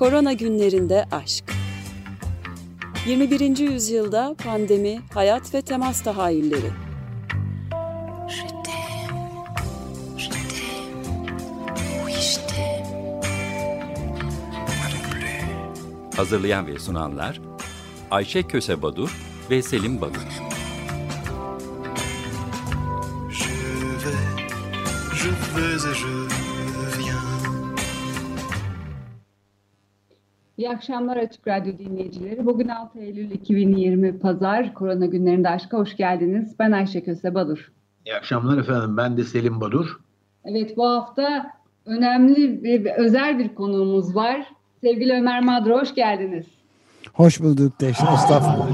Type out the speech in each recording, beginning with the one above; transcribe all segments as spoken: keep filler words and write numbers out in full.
Korona günlerinde aşk. yirmi birinci yüzyılda pandemi, hayat ve temas tahayyülleri. Hazırlayan ve sunanlar Ayşe Köse Badur ve Selim Badur. İyi akşamlar Açık Radyo dinleyicileri. Bugün altı Eylül iki bin yirmi Pazar. Korona günlerinde aşka hoş geldiniz. Ben Ayşe Köse Badur. İyi akşamlar efendim. Ben de Selim Badur. Evet, bu hafta önemli bir, özel bir konuğumuz var. Sevgili Ömer Madra, hoş geldiniz. Hoş bulduk Teşekkür estağfurullah.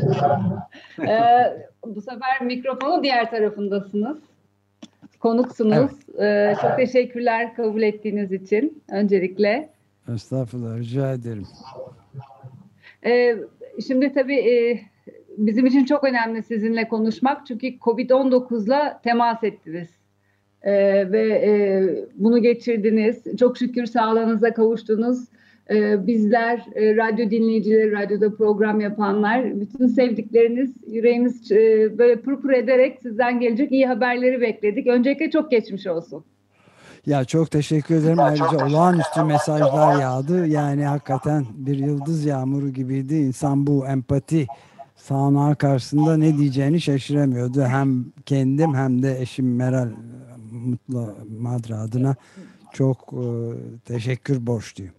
ee, bu sefer mikrofonun diğer tarafındasınız. Konuksunuz. Evet. Ee, çok teşekkürler kabul ettiğiniz için öncelikle. Estağfurullah, rica ederim. Ee, şimdi tabii e, bizim için çok önemli sizinle konuşmak. Çünkü kovid on dokuzla temas ettiniz. Ee, ve e, bunu geçirdiniz. Çok şükür sağlığınıza kavuştunuz. Ee, bizler, e, radyo dinleyicileri, radyoda program yapanlar, bütün sevdikleriniz, yüreğimiz e, böyle pırpır ederek sizden gelecek iyi haberleri bekledik. Öncelikle çok geçmiş olsun. Ya çok teşekkür ederim. Çok Ayrıca teşekkür olağanüstü mesajlar yağdı. Yani hakikaten bir yıldız yağmuru gibiydi. İnsan bu empati sahnağı karşısında ne diyeceğini şaşıramıyordu. Hem kendim hem de eşim Meral Mutlu Madra adına çok e, teşekkür borçluyum.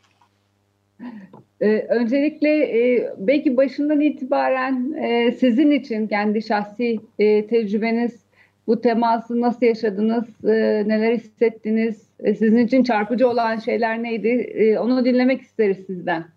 Ee, öncelikle e, belki başından itibaren e, sizin için kendi şahsi e, tecrübeniz, bu teması nasıl yaşadınız, e, neler hissettiniz, e, sizin için çarpıcı olan şeyler neydi, e, onu dinlemek isteriz sizden.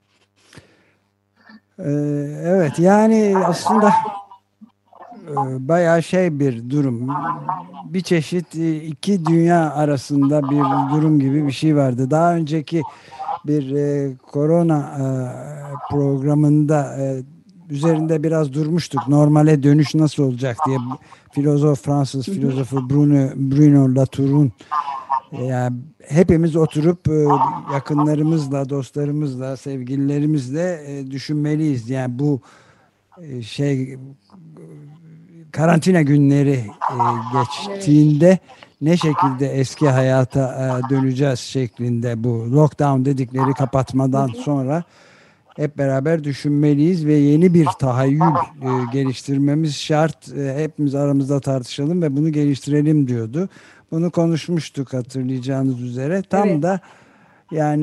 Ee, evet yani aslında e, bayağı şey bir durum, bir çeşit e, iki dünya arasında bir durum gibi bir şey vardı. Daha önceki bir e, korona e, programında e, üzerinde biraz durmuştuk. Normale dönüş nasıl olacak diye filozof Fransız filozofu Bruno, Bruno Latour'un e, yani hepimiz oturup e, yakınlarımızla, dostlarımızla, sevgililerimizle e, düşünmeliyiz. Yani bu e, şey karantina günleri e, geçtiğinde ne şekilde eski hayata e, döneceğiz şeklinde, bu lockdown dedikleri kapatmadan sonra hep beraber düşünmeliyiz ve yeni bir tahayyül e, geliştirmemiz şart. E, hepimiz aramızda tartışalım ve bunu geliştirelim diyordu. Bunu konuşmuştuk hatırlayacağınız üzere. Tam evet. da yani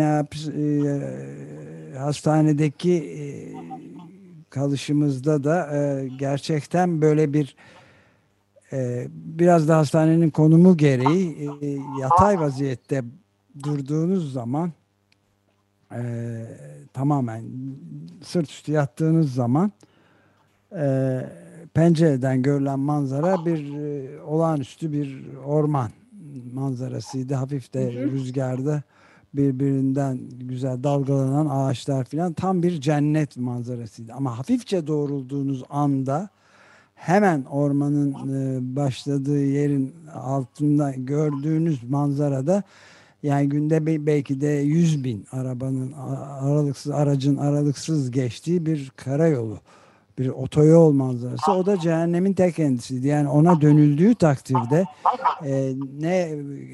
e, hastanedeki e, kalışımızda da e, gerçekten böyle bir e, biraz da hastanenin konumu gereği e, yatay vaziyette durduğunuz zaman e, tamamen sırt üstü yattığınız zaman e, pencereden görülen manzara bir e, olağanüstü bir orman manzarasıydı. Hafif de hı hı. rüzgarda birbirinden güzel dalgalanan ağaçlar falan, tam bir cennet manzarasıydı. Ama hafifçe doğrulduğunuz anda hemen ormanın e, başladığı yerin altında gördüğünüz manzarada, yani günde belki de yüz bin arabanın aralıksız aracın aralıksız geçtiği bir karayolu, bir otoyol manzarası. O da cehennemin tek kendisiydi. Yani ona dönüldüğü takdirde e, ne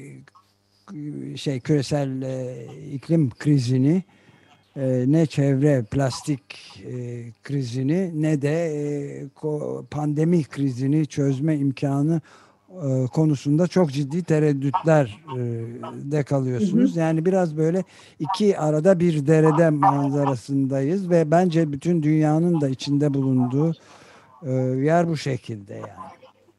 şey küresel e, iklim krizini, e, ne çevre plastik e, krizini, ne de e, ko, pandemi krizini çözme imkanı e, konusunda çok ciddi tereddütler e, de kalıyorsunuz. Hı hı. Yani biraz böyle iki arada bir derede manzarasındayız ve bence bütün dünyanın da içinde bulunduğu e, yer bu şekilde yani.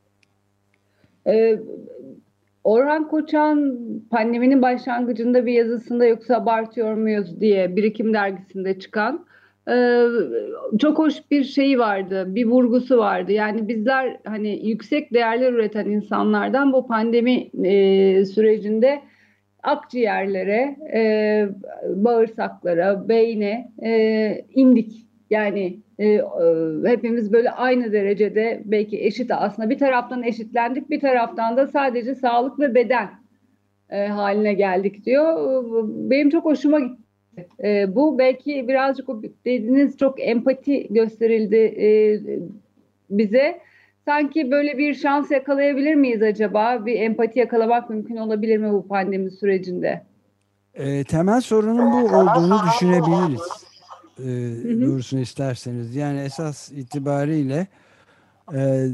Evet. Orhan Koçan pandeminin başlangıcında bir yazısında, yoksa abartıyor muyuz diye, Birikim dergisinde çıkan e, çok hoş bir şey vardı, bir vurgusu vardı. Yani bizler hani yüksek değerler üreten insanlardan bu pandemi e, sürecinde akciğerlere, e, bağırsaklara, beyne e, indik. Yani e, e, hepimiz böyle aynı derecede, belki eşit, aslında bir taraftan eşitlendik, bir taraftan da sadece sağlık ve beden e, haline geldik diyor. Benim çok hoşuma gitti E, bu belki birazcık o dediğiniz çok empati gösterildi e, bize. Sanki böyle bir şans yakalayabilir miyiz acaba? Bir empati yakalamak mümkün olabilir mi bu pandemi sürecinde? E, temel sorunun bu olduğunu düşünebiliriz. E, Hı hı. doğrusunu isterseniz. Yani esas itibariyle e,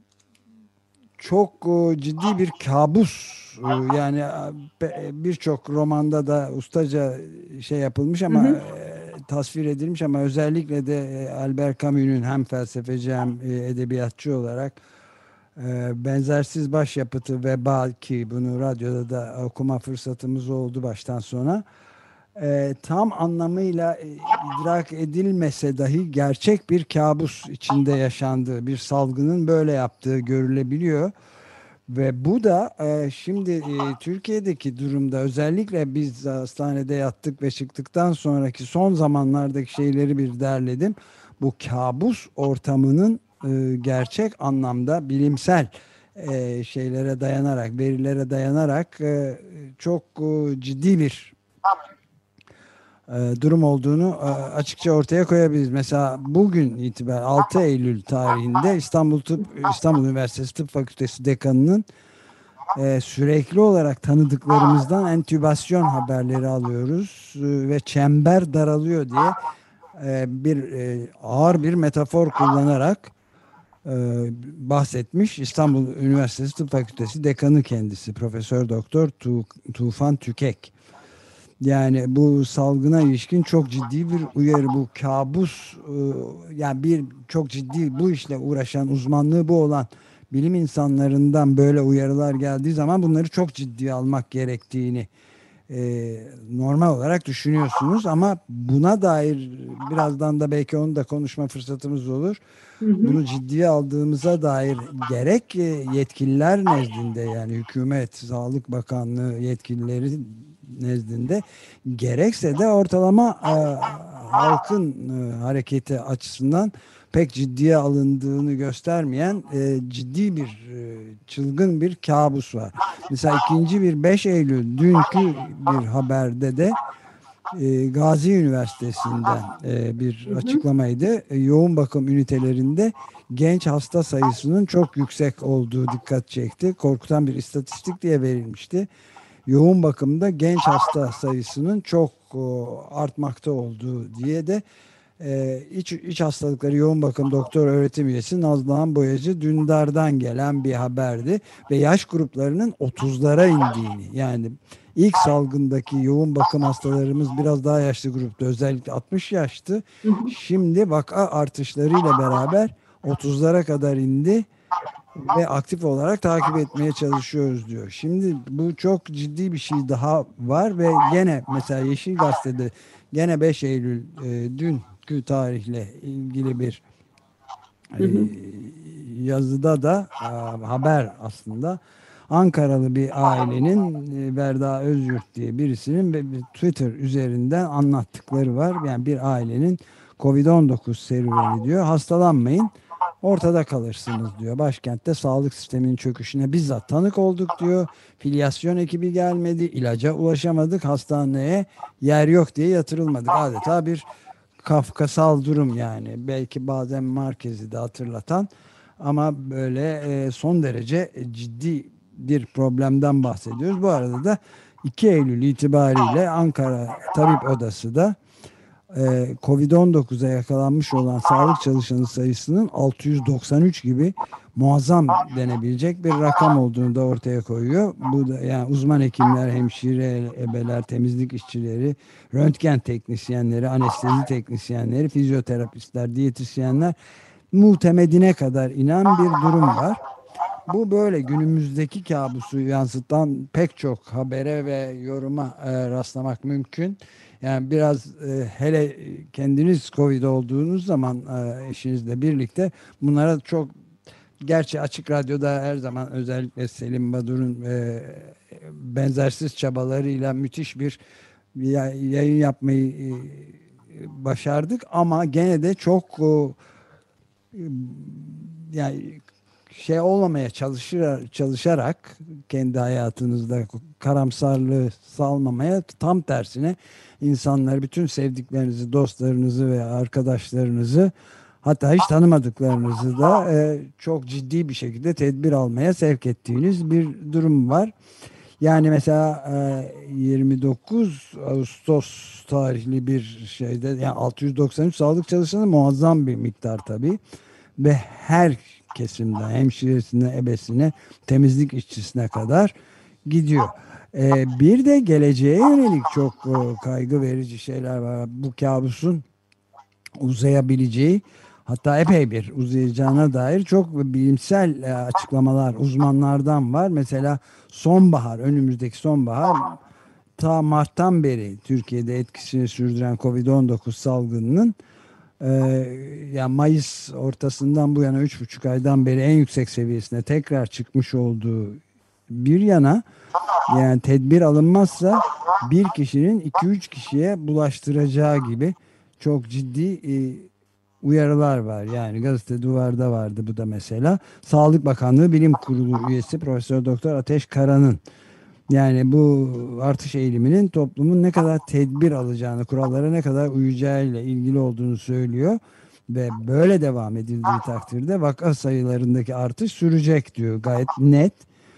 çok e, ciddi bir kabus. E, yani e, birçok romanda da ustaca şey yapılmış Hı ama hı. e, tasvir edilmiş ama özellikle de e, Albert Camus'un hem felsefeci hem e, edebiyatçı olarak e, benzersiz başyapıtı Vebal, ki bunu radyoda da okuma fırsatımız oldu baştan sona. E, tam anlamıyla e, idrak edilmese dahi gerçek bir kabus içinde yaşandığı, bir salgının böyle yaptığı görülebiliyor. Ve bu da e, şimdi e, Türkiye'deki durumda, özellikle biz hastanede yattık ve çıktıktan sonraki son zamanlardaki şeyleri bir derledim. Bu kabus ortamının e, gerçek anlamda bilimsel e, şeylere dayanarak, verilere dayanarak e, çok e, ciddi bir e, durum olduğunu e, açıkça ortaya koyabiliriz. Mesela bugün itibaren altı Eylül tarihinde İstanbul Tıp İstanbul Üniversitesi Tıp Fakültesi dekanının e, sürekli olarak tanıdıklarımızdan entübasyon haberleri alıyoruz e, ve çember daralıyor diye e, bir e, ağır bir metafor kullanarak e, bahsetmiş. İstanbul Üniversitesi Tıp Fakültesi dekanı kendisi Profesör Doktor Tu- Tufan Tükek. Yani bu salgına ilişkin çok ciddi bir uyarı, bu kabus e, yani bir çok ciddi bu işle uğraşan, uzmanlığı bu olan bilim insanlarından böyle uyarılar geldiği zaman bunları çok ciddiye almak gerektiğini e, normal olarak düşünüyorsunuz, ama buna dair birazdan da belki onu da konuşma fırsatımız olur. Hı hı. Bunu ciddiye aldığımıza dair gerek e, yetkililer nezdinde, yani hükümet, Sağlık Bakanlığı yetkilileri nezdinde, gerekse de ortalama e, halkın e, hareketi açısından pek ciddiye alındığını göstermeyen e, ciddi bir e, çılgın bir kabus var. Mesela ikinci bir beş Eylül dünkü bir haberde de e, Gazi Üniversitesi'nden e, bir Hı hı. açıklamaydı. E, yoğun bakım ünitelerinde genç hasta sayısının çok yüksek olduğu dikkat çekti. Korkutan bir istatistik diye verilmişti. Yoğun bakımda genç hasta sayısının çok o, artmakta olduğu diye de e, iç, iç hastalıkları yoğun bakım doktor öğretim üyesi Nazlıhan Boyacı Dündar'dan gelen bir haberdi ve yaş gruplarının otuzlara indiğini, yani ilk salgındaki yoğun bakım hastalarımız biraz daha yaşlı grupta, özellikle altmış yaştı. Hı hı. Şimdi vaka artışlarıyla beraber otuzlara kadar indi ve aktif olarak takip etmeye çalışıyoruz diyor. Şimdi bu çok ciddi bir şey daha var ve gene mesela Yeşil Gazete'de gene beş Eylül e, dünkü tarihle ilgili bir Hı e, hı. yazıda da e, haber aslında, Ankaralı bir ailenin, e, Verda Özyurt diye birisinin ve bir Twitter üzerinden anlattıkları var. Yani bir ailenin kovid on dokuz serüveni diyor. Hastalanmayın, ortada kalırsınız diyor. Başkentte sağlık sisteminin çöküşüne bizzat tanık olduk diyor. Filyasyon ekibi gelmedi, ilaca ulaşamadık, hastaneye yer yok diye yatırılmadık. Adeta bir Kafkasal durum yani. Belki bazen Marquez'i de hatırlatan ama böyle e, son derece ciddi bir problemden bahsediyoruz. Bu arada da iki Eylül itibariyle Ankara Tabip Odası da e, kovid on dokuza yakalanmış olan sağlık çalışanı sayısının altı yüz doksan üç gibi muazzam denebilecek bir rakam olduğunu da ortaya koyuyor. Bu da yani uzman hekimler, hemşire, ebeler, temizlik işçileri, röntgen teknisyenleri, anestezi teknisyenleri, fizyoterapistler, diyetisyenler, muhtemedine kadar inen bir durum var. Bu böyle günümüzdeki kabusu yansıtan pek çok habere ve yoruma e, rastlamak mümkün. Yani biraz e, hele kendiniz Covid olduğunuz zaman e, eşinizle birlikte bunlara çok, gerçi Açık Radyo'da her zaman özellikle Selim Badur'un e, benzersiz çabalarıyla müthiş bir yayın yapmayı e, başardık ama gene de çok o, yani şey olmamaya çalışır, çalışarak kendi hayatınızda karamsarlığı salmamaya, tam tersine insanları, bütün sevdiklerinizi, dostlarınızı ve arkadaşlarınızı, hatta hiç tanımadıklarınızı da e, çok ciddi bir şekilde tedbir almaya sevk ettiğiniz bir durum var. Yani mesela e, yirmi dokuz Ağustos tarihli bir şeyde, yani altı yüz doksan üç sağlık çalışanı, muazzam bir miktar tabii. Ve her kesimden, hemşiresine, ebesine, temizlik işçisine kadar gidiyor. Ee, bir de geleceğe yönelik çok e, kaygı verici şeyler var. Bu kabusun uzayabileceği, hatta epey bir uzayacağına dair çok bilimsel e, açıklamalar uzmanlardan var. Mesela sonbahar, önümüzdeki sonbahar, ta Mart'tan beri Türkiye'de etkisini sürdüren kovid on dokuz salgınının Ee, yani Mayıs ortasından bu yana üç buçuk aydan beri en yüksek seviyesine tekrar çıkmış olduğu bir yana, yani tedbir alınmazsa bir kişinin iki üç kişiye bulaştıracağı gibi çok ciddi e, uyarılar var. Yani gazete Duvar'da vardı bu da mesela. Sağlık Bakanlığı Bilim Kurulu üyesi Profesör Doktor Ateş Kara'nın, yani bu artış eğiliminin toplumun ne kadar tedbir alacağını, kurallara ne kadar uyacağıyla ilgili olduğunu söylüyor. Ve böyle devam edildiği takdirde vaka sayılarındaki artış sürecek diyor, gayet net.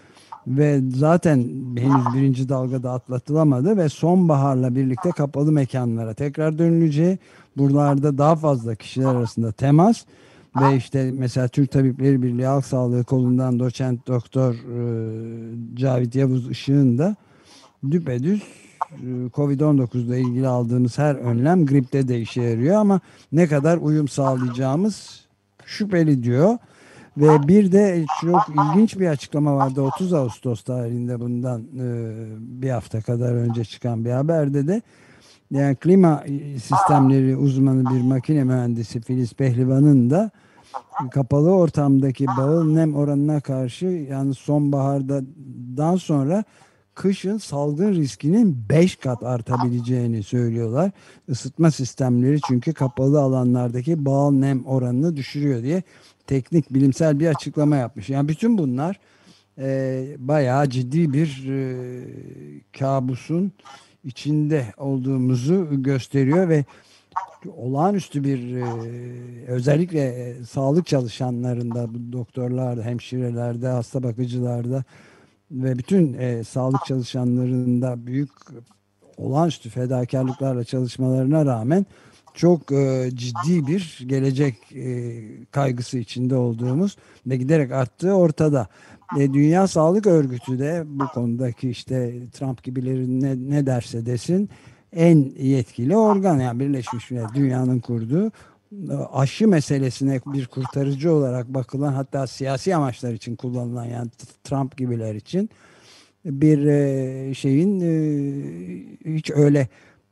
Ve zaten henüz birinci dalgada atlatılamadı ve sonbaharla birlikte kapalı mekanlara tekrar dönüleceği, buralarda daha fazla kişiler arasında temas ve işte mesela Türk Tabipleri Birliği Halk Sağlığı Kolu'ndan doçent doktor e, Cavit Yavuz Işık'ın da düpedüz e, kovid on dokuz ile ilgili aldığımız her önlem gripte de işe yarıyor ama ne kadar uyum sağlayacağımız şüpheli diyor. Ve bir de çok ilginç bir açıklama vardı otuz Ağustos tarihinde, bundan e, bir hafta kadar önce çıkan bir haberde de, yani klima sistemleri uzmanı bir makine mühendisi Filiz Pehlivan'ın da kapalı ortamdaki bağıl nem oranına karşı, yani sonbahardan sonra kışın salgın riskinin beş kat artabileceğini söylüyorlar. Isıtma sistemleri çünkü kapalı alanlardaki bağıl nem oranını düşürüyor diye teknik bilimsel bir açıklama yapmış. Yani bütün bunlar e, bayağı ciddi bir e, kabusun içinde olduğumuzu gösteriyor ve olağanüstü bir e, özellikle e, sağlık çalışanlarında, bu doktorlarda, hemşirelerde, hasta bakıcılarda ve bütün e, sağlık çalışanlarında büyük, olağanüstü fedakarlıklarla çalışmalarına rağmen çok e, ciddi bir gelecek e, kaygısı içinde olduğumuz ve giderek arttığı ortada. E, Dünya Sağlık Örgütü de bu konudaki, işte Trump gibilerin ne, ne derse desin, en yetkili organ, yani Birleşmiş Milletler, dünyanın kurduğu, aşı meselesine bir kurtarıcı olarak bakılan, hatta siyasi amaçlar için kullanılan, yani Trump gibiler için bir e, şeyin e, hiç öyle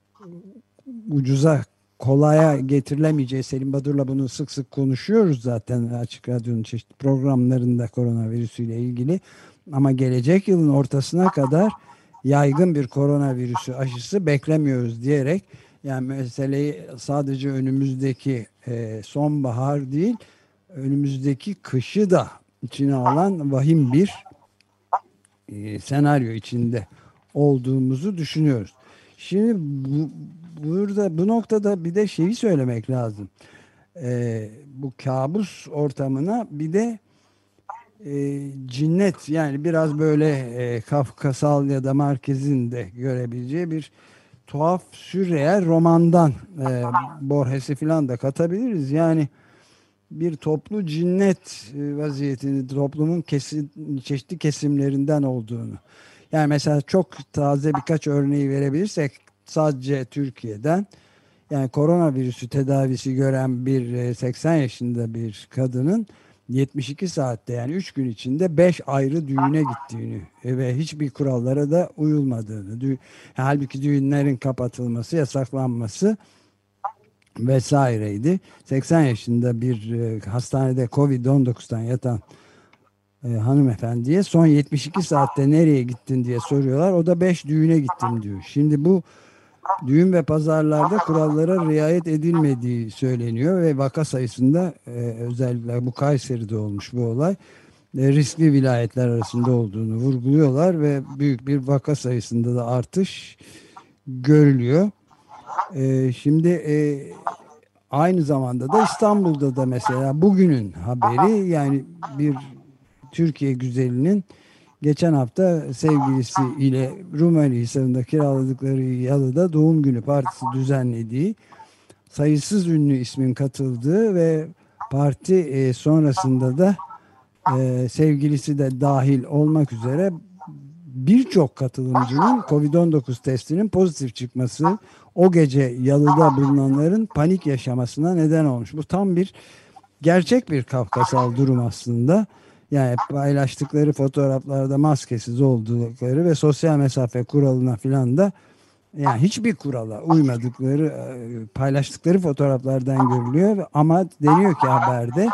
ucuza, kolaya getirilemeyeceği. Selim Badur'la bunu sık sık konuşuyoruz zaten Açık Radyo'nun çeşitli programlarında koronavirüsüyle ilgili, ama gelecek yılın ortasına kadar yaygın bir koronavirüsü aşısı beklemiyoruz diyerek, yani meseleyi sadece önümüzdeki e, sonbahar değil, önümüzdeki kışı da içine alan vahim bir e, senaryo içinde olduğumuzu düşünüyoruz. Şimdi bu, burada bu noktada bir de şeyi söylemek lazım. E, bu kabus ortamına bir de e, cinnet, yani biraz böyle e, Kafkasal ya da Marquez'in de görebileceği bir tuhaf, sürreel romandan e, Borges'i falan da katabiliriz. Yani bir toplu cinnet e, vaziyetini, toplumun kesin, çeşitli kesimlerinden olduğunu. Yani mesela çok taze birkaç örneği verebilirsek sadece Türkiye'den, yani koronavirüsü tedavisi gören bir e, seksen yaşında bir kadının yetmiş iki saatte, yani üç gün içinde beş ayrı düğüne gittiğini ve hiçbir kurallara da uyulmadığını, dü halbuki düğünlerin kapatılması, yasaklanması vesaireydi. seksen yaşında bir e, hastanede kovid on dokuzdan yatan e, hanımefendiye son yetmiş iki saatte nereye gittin diye soruyorlar. O da beş düğüne gittim diyor. Şimdi bu düğün ve pazarlarda kurallara riayet edilmediği söyleniyor ve vaka sayısında e, özellikle bu Kayseri'de olmuş bu olay. e, riskli vilayetler arasında olduğunu vurguluyorlar ve büyük bir vaka sayısında da artış görülüyor. E, şimdi e, aynı zamanda da İstanbul'da da mesela bugünün haberi, yani bir Türkiye güzelinin geçen hafta sevgilisi ile Rumeli Hisarı'nda kiraladıkları yalıda doğum günü partisi düzenlediği, sayısız ünlü ismin katıldığı ve parti e, sonrasında da e, sevgilisi de dahil olmak üzere birçok katılımcının kovid on dokuz testinin pozitif çıkması o gece yalıda bulunanların panik yaşamasına neden olmuş. Bu tam bir gerçek bir Kafkasal durum aslında. Yani paylaştıkları fotoğraflarda maskesiz oldukları ve sosyal mesafe kuralına filan da, yani hiçbir kurala uymadıkları paylaştıkları fotoğraflardan görülüyor. Ama deniyor ki haberde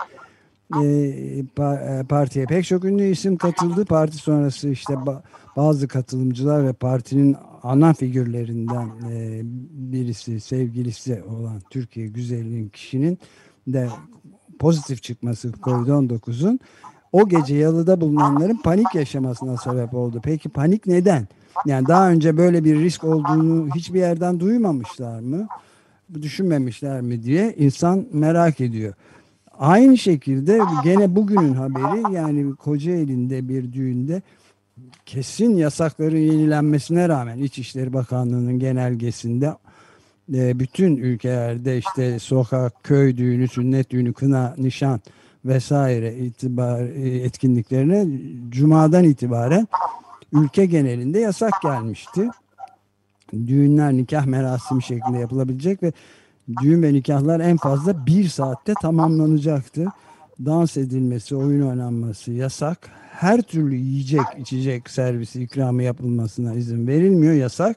e, partiye pek çok ünlü isim katıldı. Parti sonrası işte bazı katılımcılar ve partinin ana figürlerinden e, birisi, sevgilisi olan Türkiye güzelinin kişinin de pozitif çıkması kovid on dokuzun o gece yalıda bulunanların panik yaşamasına sebep oldu. Peki panik neden? Yani daha önce böyle bir risk olduğunu hiçbir yerden duymamışlar mı? Düşünmemişler mi diye insan merak ediyor. Aynı şekilde gene bugünün haberi, yani Kocaeli'nde bir düğünde kesin yasakların yenilenmesine rağmen İçişleri Bakanlığı'nın genelgesinde bütün ülkelerde işte sokak, köy düğünü, sünnet düğünü, kına, nişan vesaire itibar etkinliklerine Cuma'dan itibaren ülke genelinde yasak gelmişti. Düğünler nikah merasimi şeklinde yapılabilecek ve düğün ve nikahlar en fazla bir saatte tamamlanacaktı. Dans edilmesi, oyun oynanması yasak. Her türlü yiyecek, içecek servisi, ikramı yapılmasına izin verilmiyor, yasak.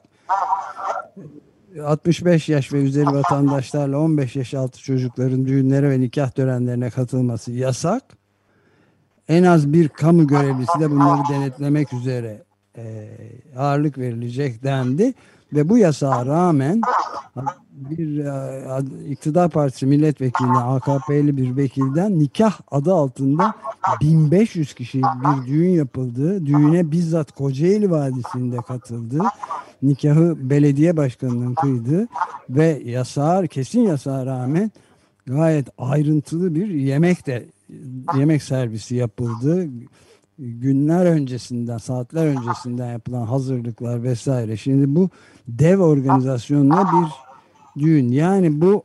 altmış beş yaş ve üzeri vatandaşlarla on beş yaş altı çocukların düğünlere ve nikah törenlerine katılması yasak. En az bir kamu görevlisi de bunları denetlemek üzere e, ağırlık verilecek dendi. Ve bu yasağa rağmen bir e, iktidar partisi milletvekili, A K P'li bir vekilden nikah adı altında bin beş yüz kişi bir düğün yapıldığı, düğüne bizzat Kocaeli Vadisi'nde katıldığı, nikahı belediye başkanının kıydığı ve yasağa, kesin yasağa rağmen gayet ayrıntılı bir yemek de yemek servisi yapıldı. Günler öncesinden, saatler öncesinden yapılan hazırlıklar vesaire. Şimdi bu dev organizasyonla bir düğün. Yani bu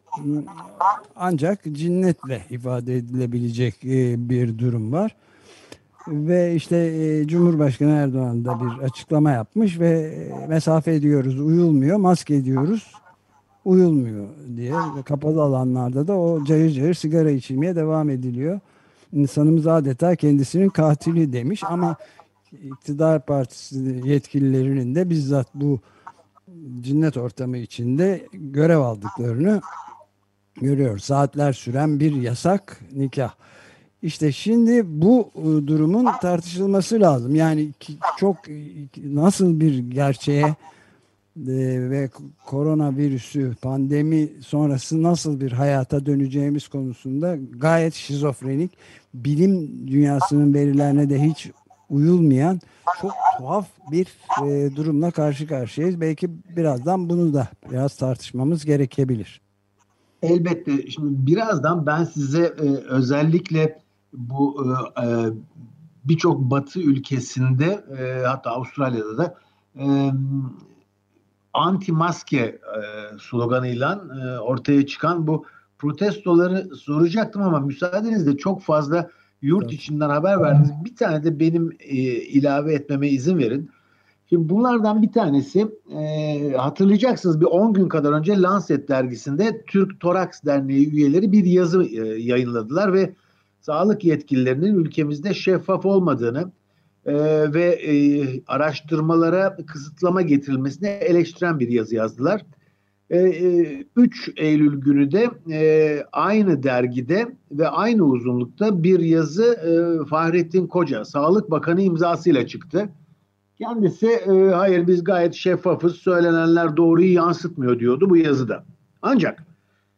ancak cinnetle ifade edilebilecek bir durum var. Ve işte Cumhurbaşkanı Erdoğan da bir açıklama yapmış ve mesafe ediyoruz, uyulmuyor, maske ediyoruz, uyulmuyor diye. Ve kapalı alanlarda da o cayır cayır sigara içilmeye devam ediliyor. İnsanımız adeta kendisinin katili demiş ama iktidar partisi yetkililerinin de bizzat bu cinnet ortamı içinde görev aldıklarını görüyoruz. Saatler süren bir yasak nikah. İşte şimdi bu durumun tartışılması lazım. Yani çok nasıl bir gerçeğe ve koronavirüsü, pandemi sonrası nasıl bir hayata döneceğimiz konusunda gayet şizofrenik, bilim dünyasının verilerine de hiç uyulmayan çok tuhaf bir e, durumla karşı karşıyayız. Belki birazdan bunu da biraz tartışmamız gerekebilir. Elbette. Şimdi birazdan ben size e, özellikle bu e, birçok Batı ülkesinde e, hatta Avustralya'da da e, anti maske e, sloganıyla e, ortaya çıkan bu protestoları soracaktım ama müsaadenizle çok fazla yurt evet. içinden haber verdiniz. Bir tane de benim e, ilave etmeme izin verin. Şimdi bunlardan bir tanesi e, hatırlayacaksınız bir on gün kadar önce Lancet dergisinde Türk Toraks Derneği üyeleri bir yazı e, yayınladılar ve sağlık yetkililerinin ülkemizde şeffaf olmadığını e, ve e, araştırmalara kısıtlama getirilmesine eleştiren bir yazı yazdılar. üç Eylül günü de e, aynı dergide ve aynı uzunlukta bir yazı e, Fahrettin Koca, Sağlık Bakanı imzasıyla çıktı. Kendisi e, hayır biz gayet şeffafız, söylenenler doğruyu yansıtmıyor diyordu bu yazıda. Ancak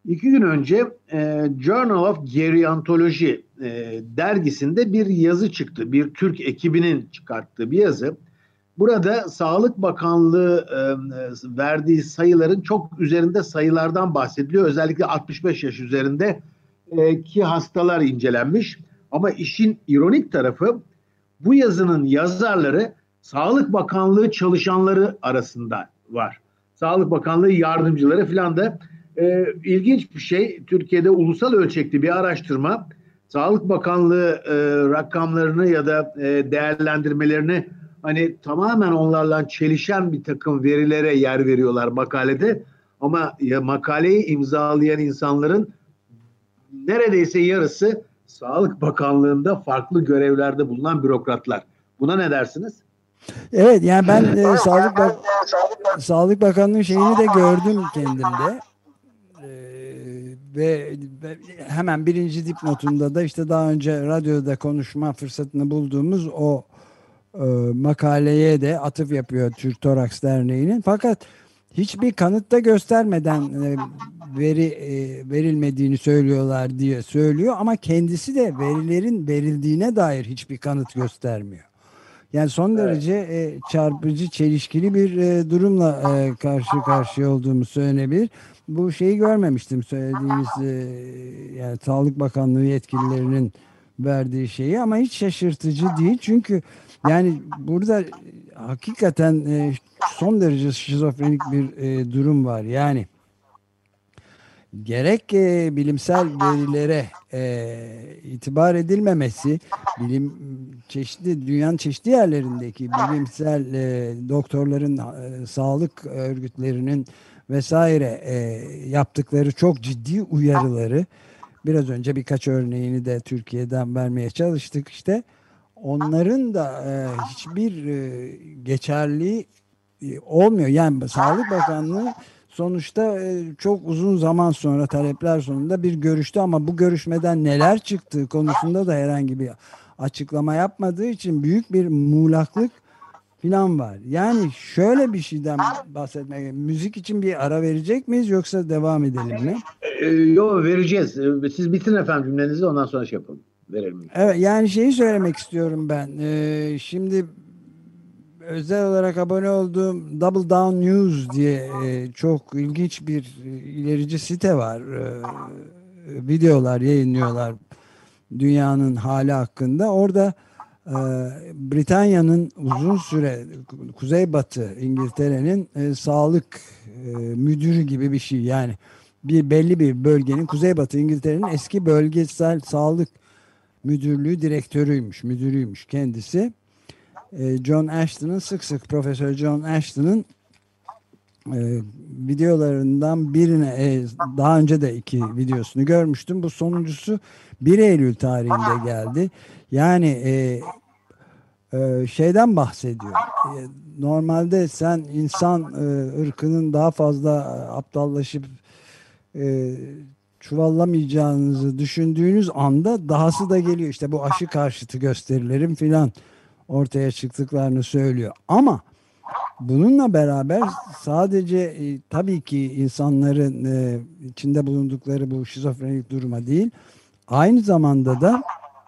İki gün önce e, Journal of Gerontology e, dergisinde bir yazı çıktı. Bir Türk ekibinin çıkarttığı bir yazı. Burada Sağlık Bakanlığı e, verdiği sayıların çok üzerinde sayılardan bahsediliyor. Özellikle altmış beş yaş üzerinde e, ki hastalar incelenmiş. Ama işin ironik tarafı, bu yazının yazarları Sağlık Bakanlığı çalışanları arasında var. Sağlık Bakanlığı yardımcıları filan da e, ilginç bir şey. Türkiye'de ulusal ölçekli bir araştırma Sağlık Bakanlığı e, rakamlarını ya da e, değerlendirmelerini hani tamamen onlarla çelişen bir takım verilere yer veriyorlar makalede. Ama ya, makaleyi imzalayan insanların neredeyse yarısı Sağlık Bakanlığı'nda farklı görevlerde bulunan bürokratlar. Buna ne dersiniz? Evet, yani ben e, Sağlık Bak Sağlık Bakanlığı şeyini de gördüm kendimde. Ee, ve, ve hemen birinci dipnotunda da işte daha önce radyoda konuşma fırsatını bulduğumuz o e, makaleye de atıf yapıyor Türk Toraks Derneği'nin. Fakat hiçbir kanıt da göstermeden e, veri e, verilmediğini söylüyorlar diye söylüyor, ama kendisi de verilerin verildiğine dair hiçbir kanıt göstermiyor. Yani son derece e, çarpıcı, çelişkili bir e, durumla e, karşı karşıya olduğumuz söylenebilir. Bu şeyi görmemiştim, söylediğiniz e, yani Sağlık Bakanlığı yetkililerinin verdiği şeyi, ama hiç şaşırtıcı değil. Çünkü yani burada hakikaten e, son derece şizofrenik bir e, durum var. Yani gerek e, bilimsel verilere e, itibar edilmemesi, bilim çeşitli dünyanın çeşitli yerlerindeki bilimsel e, doktorların, e, sağlık örgütlerinin vesaire e, yaptıkları çok ciddi uyarıları, biraz önce birkaç örneğini de Türkiye'den vermeye çalıştık, işte onların da e, hiçbir e, geçerliği e, olmuyor. Yani Sağlık Bakanlığı sonuçta e, çok uzun zaman sonra, talepler sonunda bir görüştü, ama bu görüşmeden neler çıktığı konusunda da herhangi bir açıklama yapmadığı için büyük bir muğlaklık falan var. Yani şöyle bir şeyden bahsetmek, müzik için bir ara verecek miyiz yoksa devam edelim mi? Ee, yok, vereceğiz. Ee, Siz bitirin efendim cümlenizi, ondan sonra şey yapalım. Verelim. Evet, yani şeyi söylemek istiyorum ben. Ee, şimdi özel olarak abone olduğum Double Down News diye e, çok ilginç bir e, ilerici site var. E, videolar yayınlıyorlar dünyanın hali hakkında. Orada e, Britanya'nın uzun süre Kuzeybatı İngiltere'nin e, sağlık e, müdürü gibi bir şey. Yani bir belli bir bölgenin, Kuzeybatı İngiltere'nin eski bölgesel sağlık müdürlüğü direktörüymüş, müdürüymüş kendisi. John Ashton'ın sık sık Profesör John Ashton'ın e, videolarından birine, e, daha önce de iki videosunu görmüştüm. Bu sonuncusu bir Eylül tarihinde geldi. Yani e, e, şeyden bahsediyor. E, normalde sen insan e, ırkının daha fazla e, aptallaşıp e, çuvallamayacağınızı düşündüğünüz anda dahası da geliyor. İşte bu aşı karşıtı gösterilerin filan ortaya çıktıklarını söylüyor. Ama bununla beraber sadece e, tabii ki insanların e, içinde bulundukları bu şizofrenik duruma değil, aynı zamanda da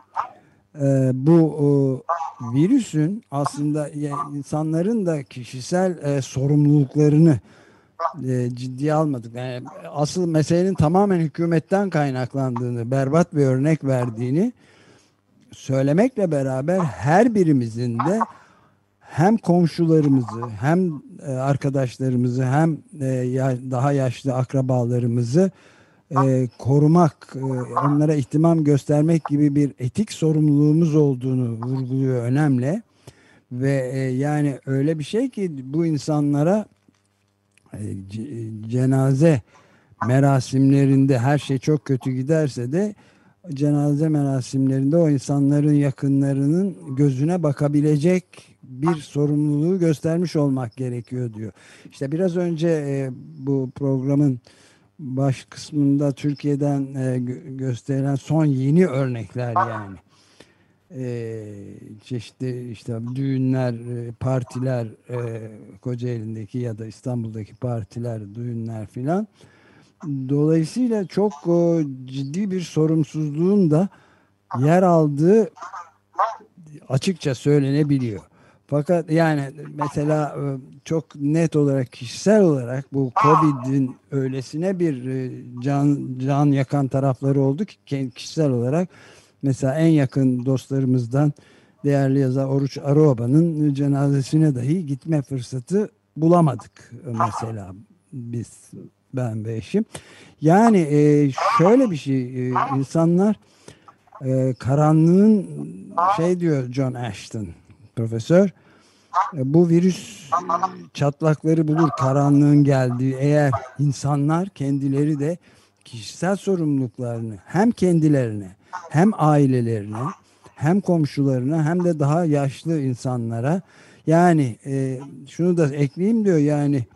e, bu o, virüsün aslında e, insanların da kişisel e, sorumluluklarını e, ciddiye almadık. Yani asıl meselenin tamamen hükümetten kaynaklandığını, berbat bir örnek verdiğini söylemekle beraber her birimizin de hem komşularımızı, hem e, arkadaşlarımızı, hem e, ya, daha yaşlı akrabalarımızı e, korumak, e, onlara ihtimam göstermek gibi bir etik sorumluluğumuz olduğunu vurguluyor önemli. Ve e, yani öyle bir şey ki bu insanlara e, cenaze merasimlerinde her şey çok kötü giderse de cenaze merasimlerinde o insanların yakınlarının gözüne bakabilecek bir sorumluluğu göstermiş olmak gerekiyor diyor. İşte biraz önce e, bu programın baş kısmında Türkiye'den e, gö- gösterilen son yeni örnekler, yani e, çeşitli işte düğünler, e, partiler, e, Kocaeli'ndeki ya da İstanbul'daki partiler, düğünler filan. Dolayısıyla çok e, ciddi bir sorumsuzluğun da yer aldığı açıkça söylenebiliyor. Fakat yani mesela e, çok net olarak kişisel olarak bu Covid'in öylesine bir e, can can yakan tarafları oldu ki ke- kişisel olarak mesela en yakın dostlarımızdan değerli yazar Oruç Aroba'nın cenazesine dahi gitme fırsatı bulamadık e, mesela biz, ben ve eşim. Yani e, şöyle bir şey, e, insanlar e, karanlığın, şey diyor John Ashton profesör, e, bu virüs e, çatlakları bulur karanlığın geldiği, eğer insanlar kendileri de kişisel sorumluluklarını hem kendilerine hem ailelerine hem komşularına hem de daha yaşlı insanlara, yani e, şunu da ekleyeyim diyor, yani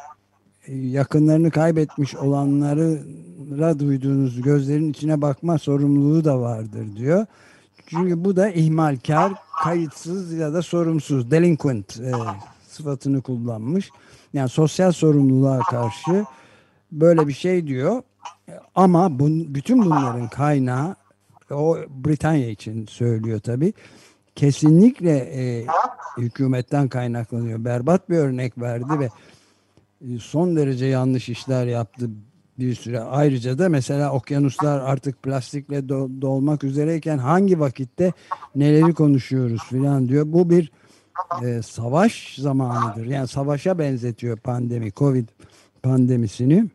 e, yakınlarını kaybetmiş olanlara duyduğunuz gözlerin içine bakma sorumluluğu da vardır diyor. Çünkü bu da ihmalkar, kayıtsız ya da sorumsuz, delinquent e, sıfatını kullanmış. Yani sosyal sorumluluğa karşı böyle bir şey diyor. Ama bun, bütün bunların kaynağı, o Britanya için söylüyor tabii, kesinlikle e, hükümetten kaynaklanıyor. Berbat bir örnek verdi ve e, son derece yanlış işler yaptı bir süre. Ayrıca da mesela okyanuslar artık plastikle do- dolmak üzereyken hangi vakitte neleri konuşuyoruz filan diyor. Bu bir e, savaş zamanıdır. Yani savaşa benzetiyor pandemi, Covid pandemisini.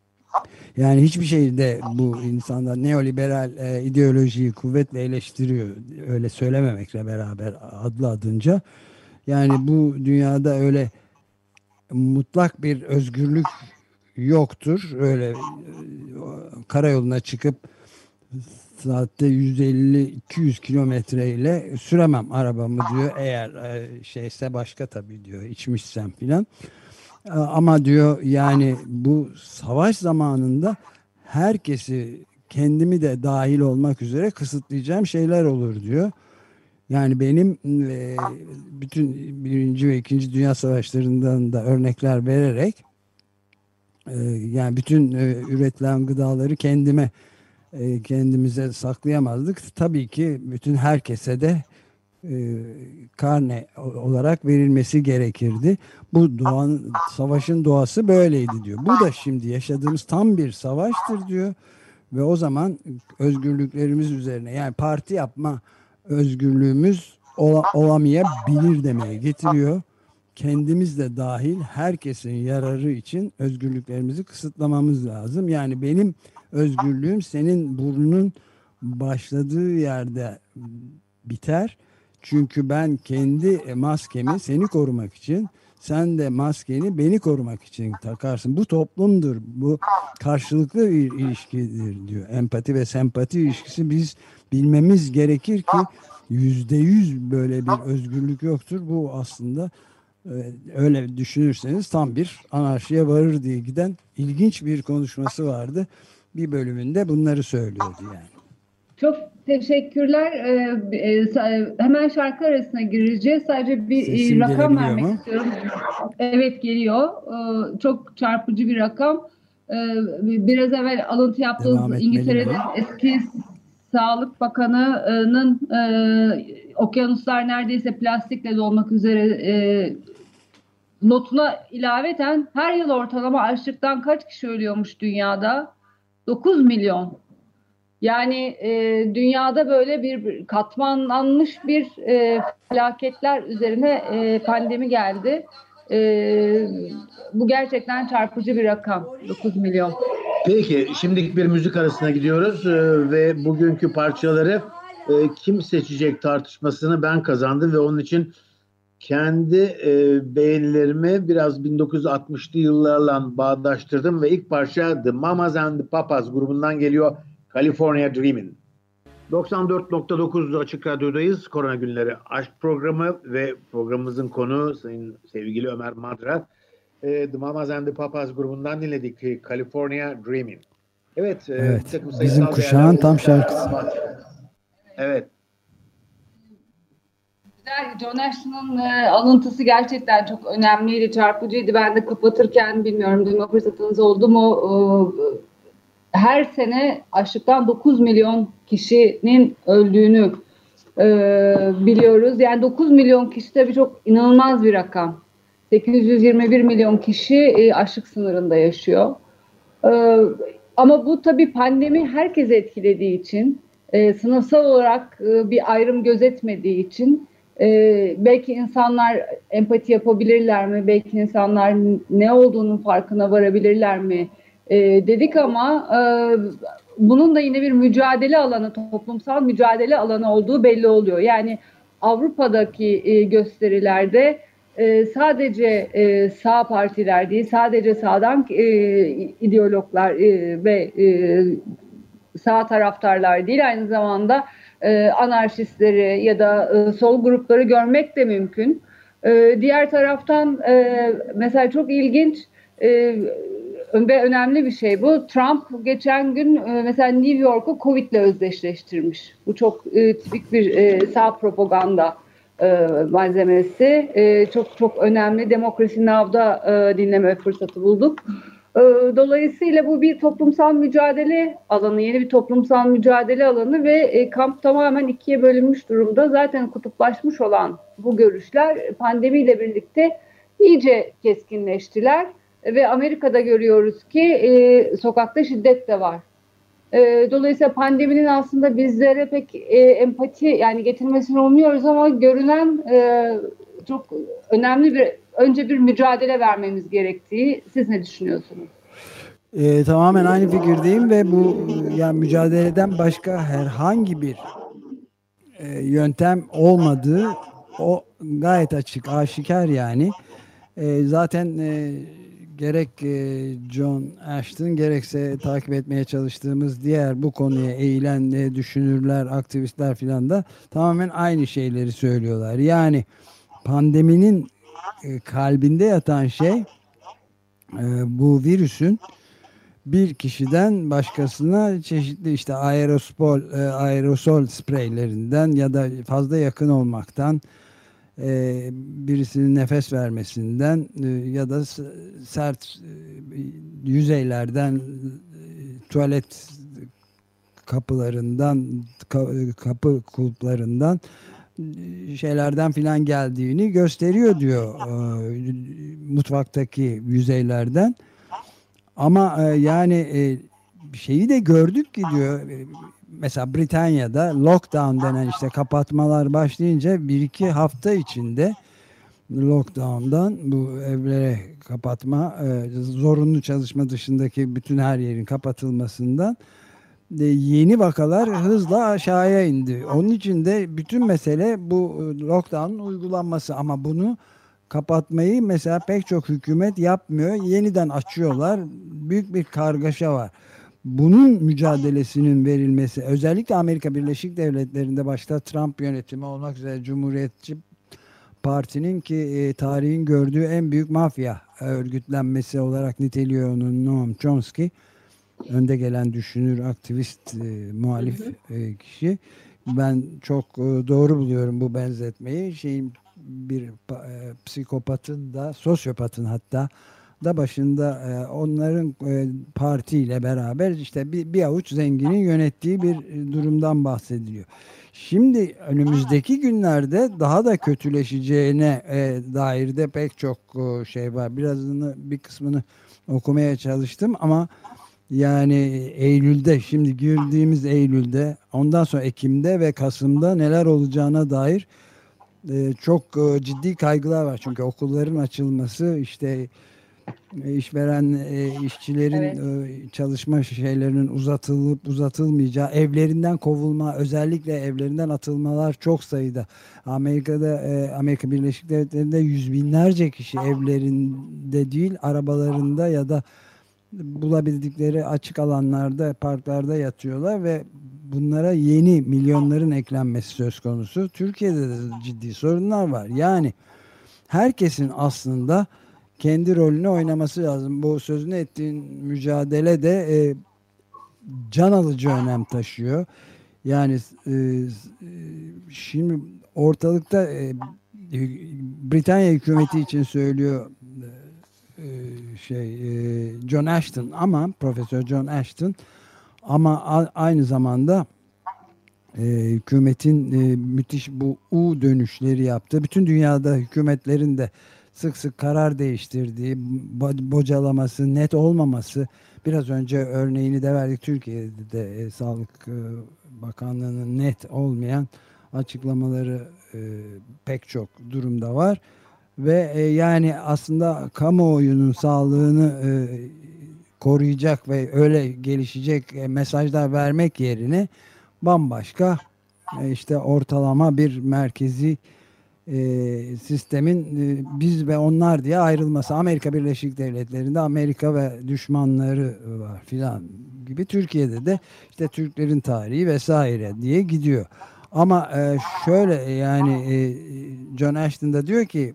Yani hiçbir şeyde bu insanlar neoliberal e, ideolojiyi kuvvetle eleştiriyor. Öyle söylememekle beraber adlı adınca. Yani bu dünyada öyle mutlak bir özgürlük yoktur. Öyle e, karayoluna çıkıp saatte yüz elli iki yüz kilometre ile süremem arabamı diyor. Eğer e, şeyse başka tabii diyor, içmişsem filan. E, Ama diyor yani bu savaş zamanında herkesi, kendimi de dahil olmak üzere kısıtlayacağım şeyler olur diyor. Yani benim e, bütün Birinci ve İkinci Dünya Savaşlarından da örnekler vererek e, yani bütün e, üretilen gıdaları kendime e, kendimize saklayamazdık. Tabii ki bütün herkese de e, karne o- olarak verilmesi gerekirdi. Bu doğanın, savaşın doğası böyleydi diyor. Bu da şimdi yaşadığımız tam bir savaştır diyor. Ve o zaman özgürlüklerimiz üzerine, yani parti yapma özgürlüğümüz ola- olamayabilir demeye getiriyor. Kendimiz de dahil herkesin yararı için özgürlüklerimizi kısıtlamamız lazım. Yani benim özgürlüğüm senin burnunun başladığı yerde biter. Çünkü ben kendi maskemi seni korumak için, sen de maskeni beni korumak için takarsın. Bu toplumdur. Bu karşılıklı bir ilişkidir diyor. Empati ve sempati ilişkisi, biz bilmemiz gerekir ki yüzde yüz böyle bir özgürlük yoktur. Bu aslında e, öyle düşünürseniz tam bir anarşiye varır diye giden ilginç bir konuşması vardı. Bir bölümünde bunları söylüyordu yani. Çok teşekkürler. Ee, e, sa- hemen şarkı arasına gireceğiz. Sadece bir e, Sesim rakam gelebiliyor vermek mu? istiyorum. Evet, geliyor. Ee, çok çarpıcı bir rakam. Ee, biraz evvel alıntı yaptığınız Devam etmeli İngiltere'de miyim? eski Sağlık Bakanı'nın e, okyanuslar neredeyse plastikle dolmak üzere e, notuna ilaveten her yıl ortalama açlıktan kaç kişi ölüyormuş dünyada? dokuz milyon. Yani e, dünyada böyle bir bir katmanlanmış bir e, felaketler üzerine e, pandemi geldi. E, bu gerçekten çarpıcı bir rakam. dokuz milyon. Peki, şimdilik bir müzik arasına gidiyoruz Ee, ve bugünkü parçaları e, kim seçecek tartışmasını ben kazandım ve onun için kendi e, beğenilerimi biraz bin dokuz yüz altmışlı yıllarla bağdaştırdım ve ilk parça The Mamas and the Papas grubundan geliyor, California Dreamin'. doksan dört nokta dokuz Açık Radyo'dayız. Korona Günleri Aşk Programı ve programımızın konu sayın sevgili Ömer Madra. E, The Mamas and the Papas grubundan dinledik e, California Dreamin'. Evet, e, bir Evet. takım Bizim sayısal kuşağın değerler. tam şarkısı. Evet. John Ashton'ın e, alıntısı gerçekten çok önemliydi, çarpıcıydı. Ben de kapatırken, bilmiyorum duyma fırsatınız oldu mu, e, her sene açlıktan dokuz milyon kişinin öldüğünü e, biliyoruz. Yani dokuz milyon kişi tabii çok inanılmaz bir rakam. sekiz yüz yirmi bir milyon kişi e, açlık sınırında yaşıyor. E, ama bu tabii pandemi herkese etkilediği için, e, sınıfsal olarak e, bir ayrım gözetmediği için e, belki insanlar empati yapabilirler mi? Belki insanlar ne olduğunun farkına varabilirler mi? E, dedik ama e, bunun da yine bir mücadele alanı, toplumsal mücadele alanı olduğu belli oluyor. Yani Avrupa'daki e, gösterilerde e, sadece e, sağ partiler değil, sadece sağdan e, ideologlar e, ve e, sağ taraftarlar değil, aynı zamanda e, anarşistleri ya da e, sol grupları görmek de mümkün. E, diğer taraftan e, mesela çok ilginç e, ve önemli bir şey bu. Trump geçen gün e, mesela New York'u Covid'le özdeşleştirmiş. Bu çok e, tipik bir e, sağ propaganda e, malzemesi. E, çok çok önemli. Democracy Now'da e, dinleme fırsatı bulduk. Dolayısıyla bu bir toplumsal mücadele alanı, yeni bir toplumsal mücadele alanı ve kamp tamamen ikiye bölünmüş durumda. Zaten kutuplaşmış olan bu görüşler pandemiyle birlikte iyice keskinleştiler ve Amerika'da görüyoruz ki e, sokakta şiddet de var. E, dolayısıyla pandeminin aslında bizlere pek e, empati yani getirmesini umuyoruz ama görünen e, çok önemli bir önce bir mücadele vermemiz gerektiği. Siz ne düşünüyorsunuz? E, tamamen aynı fikirdeyim ve bu yani mücadeleden başka herhangi bir e, yöntem olmadığı o gayet açık, aşikar yani. E, zaten e, gerek e, John Ashton gerekse takip etmeye çalıştığımız diğer bu konuya eğilen e, düşünürler, aktivistler filan da tamamen aynı şeyleri söylüyorlar. Yani pandeminin e, kalbinde yatan şey e, bu virüsün bir kişiden başkasına çeşitli işte aerosol e, aerosol spreylerinden ya da fazla yakın olmaktan, e, birisinin nefes vermesinden e, ya da sert e, yüzeylerden, e, tuvalet kapılarından, ka- kapı kulplarından, şeylerden filan geldiğini gösteriyor diyor, e, mutfaktaki yüzeylerden. Ama e, yani e, şeyi de gördük ki diyor, e, mesela Britanya'da lockdown denen işte kapatmalar başlayınca bir iki hafta içinde lockdown'dan, bu evlere kapatma, e, zorunlu çalışma dışındaki bütün her yerin kapatılmasından e, yeni vakalar hızla aşağıya indi. Onun için de bütün mesele bu lockdown'un uygulanması, ama bunu kapatmayı mesela pek çok hükümet yapmıyor. Yeniden açıyorlar. Büyük bir kargaşa var. Bunun mücadelesinin verilmesi, özellikle Amerika Birleşik Devletleri'nde başta Trump yönetimi olmak üzere Cumhuriyetçi Parti'nin ki e, tarihin gördüğü en büyük mafya örgütlenmesi olarak niteliyor onu Noam Chomsky. Önde gelen düşünür, aktivist, e, muhalif e, kişi. Ben çok e, doğru buluyorum bu benzetmeyi. Şeyin bir e, psikopatın da, sosyopatın hatta da başında e, onların e, partiyle beraber işte bir, bir avuç zenginin yönettiği bir e, durumdan bahsediliyor. Şimdi önümüzdeki günlerde daha da kötüleşeceğine e, dair de pek çok e, şey var. Birazını, bir kısmını okumaya çalıştım ama yani Eylül'de, şimdi girdiğimiz Eylül'de, ondan sonra Ekim'de ve Kasım'da neler olacağına dair e, çok e, ciddi kaygılar var. Çünkü okulların açılması, işte e, işveren e, işçilerin Evet. e, çalışma şeylerinin uzatılıp uzatılmayacağı, evlerinden kovulma, özellikle evlerinden atılmalar çok sayıda. Amerika'da, e, Amerika Birleşik Devletleri'nde yüz binlerce kişi evlerinde değil, arabalarında ya da bulabildikleri açık alanlarda, parklarda yatıyorlar ve bunlara yeni milyonların eklenmesi söz konusu. Türkiye'de de ciddi sorunlar var. Yani herkesin aslında kendi rolünü oynaması lazım. Bu sözünü ettiğin mücadele de e, can alıcı önem taşıyor. Yani e, şimdi ortalıkta e, Britanya hükümeti için söylüyor e, şey e, John Ashton, ama Profesör John Ashton, ama a, aynı zamanda e, hükümetin e, müthiş bu U dönüşleri yaptığı, bütün dünyada hükümetlerin de sık sık karar değiştirdiği, bo- bocalaması, net olmaması. Biraz önce örneğini de verdik. Türkiye'de de e, Sağlık e, Bakanlığı'nın net olmayan açıklamaları e, pek çok durumda var. Ve e, yani aslında kamuoyunun sağlığını e, koruyacak ve öyle gelişecek e, mesajlar vermek yerine bambaşka e, işte ortalama bir merkezi e, sistemin e, biz ve onlar diye ayrılması. Amerika Birleşik Devletleri'nde Amerika ve düşmanları var filan gibi, Türkiye'de de işte Türklerin tarihi vesaire diye gidiyor. Ama e, şöyle yani e, John Ashton da diyor ki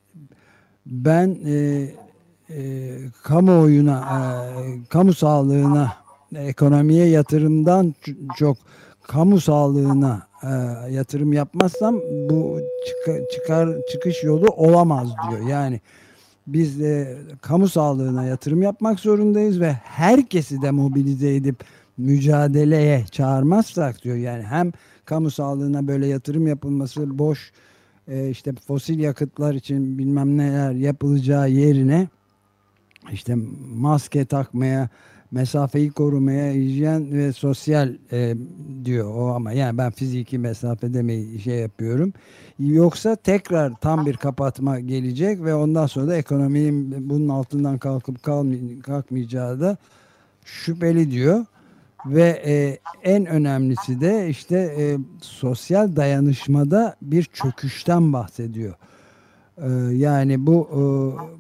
ben e, e, kamuoyuna, e, kamu sağlığına, ekonomiye yatırımdan çok kamu sağlığına e, yatırım yapmazsam bu çıkar, çıkar çıkış yolu olamaz diyor. Yani biz de kamu sağlığına yatırım yapmak zorundayız ve herkesi de mobilize edip mücadeleye çağırmazsak diyor. Yani hem kamu sağlığına böyle yatırım yapılması, boş e, işte fosil yakıtlar için bilmem neler yapılacağı yerine işte maske takmaya, mesafeyi korumaya, hijyen ve sosyal e, diyor o, ama yani ben fiziki mesafe demeyi şey yapıyorum. Yoksa tekrar tam bir kapatma gelecek ve ondan sonra da ekonominin bunun altından kalkıp kalmay- kalkmayacağı da şüpheli diyor. Ve e, en önemlisi de işte e, sosyal dayanışmada bir çöküşten bahsediyor. E, yani bu e,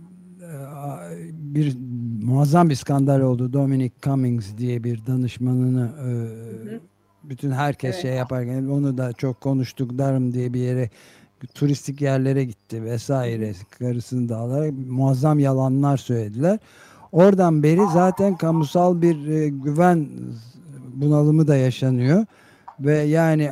bir muazzam bir skandal oldu. Dominic Cummings diye bir danışmanını e, hı hı. bütün herkes evet. şey yaparken, onu da çok konuştuk. Durham diye bir yere, turistik yerlere gitti vesaire. Hı hı. Karısını da alarak muazzam yalanlar söylediler. Oradan beri zaten kamusal bir e, güven bunalımı da yaşanıyor. Ve yani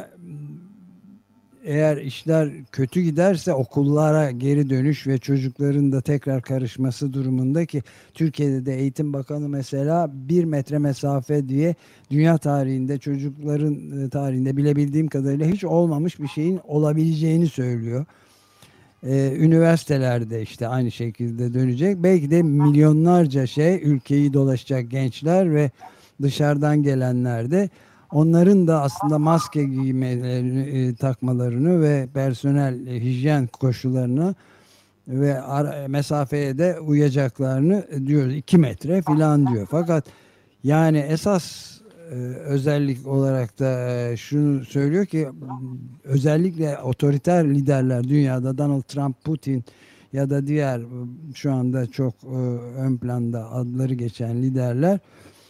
eğer işler kötü giderse okullara geri dönüş ve çocukların da tekrar karışması durumunda, ki Türkiye'de de Eğitim Bakanı mesela bir metre mesafe diye dünya tarihinde, çocukların tarihinde bilebildiğim kadarıyla hiç olmamış bir şeyin olabileceğini söylüyor. Ee, üniversitelerde işte aynı şekilde dönecek. Belki de milyonlarca şey, ülkeyi dolaşacak gençler ve dışarıdan gelenler de, onların da aslında maske giymelerini, e, takmalarını ve personel e, hijyen koşullarını ve ara, mesafeye de uyacaklarını diyoruz. iki metre filan diyor. Fakat yani esas e, özellik olarak da e, şunu söylüyor ki, özellikle otoriter liderler dünyada, Donald Trump, Putin ya da diğer şu anda çok e, ön planda adları geçen liderler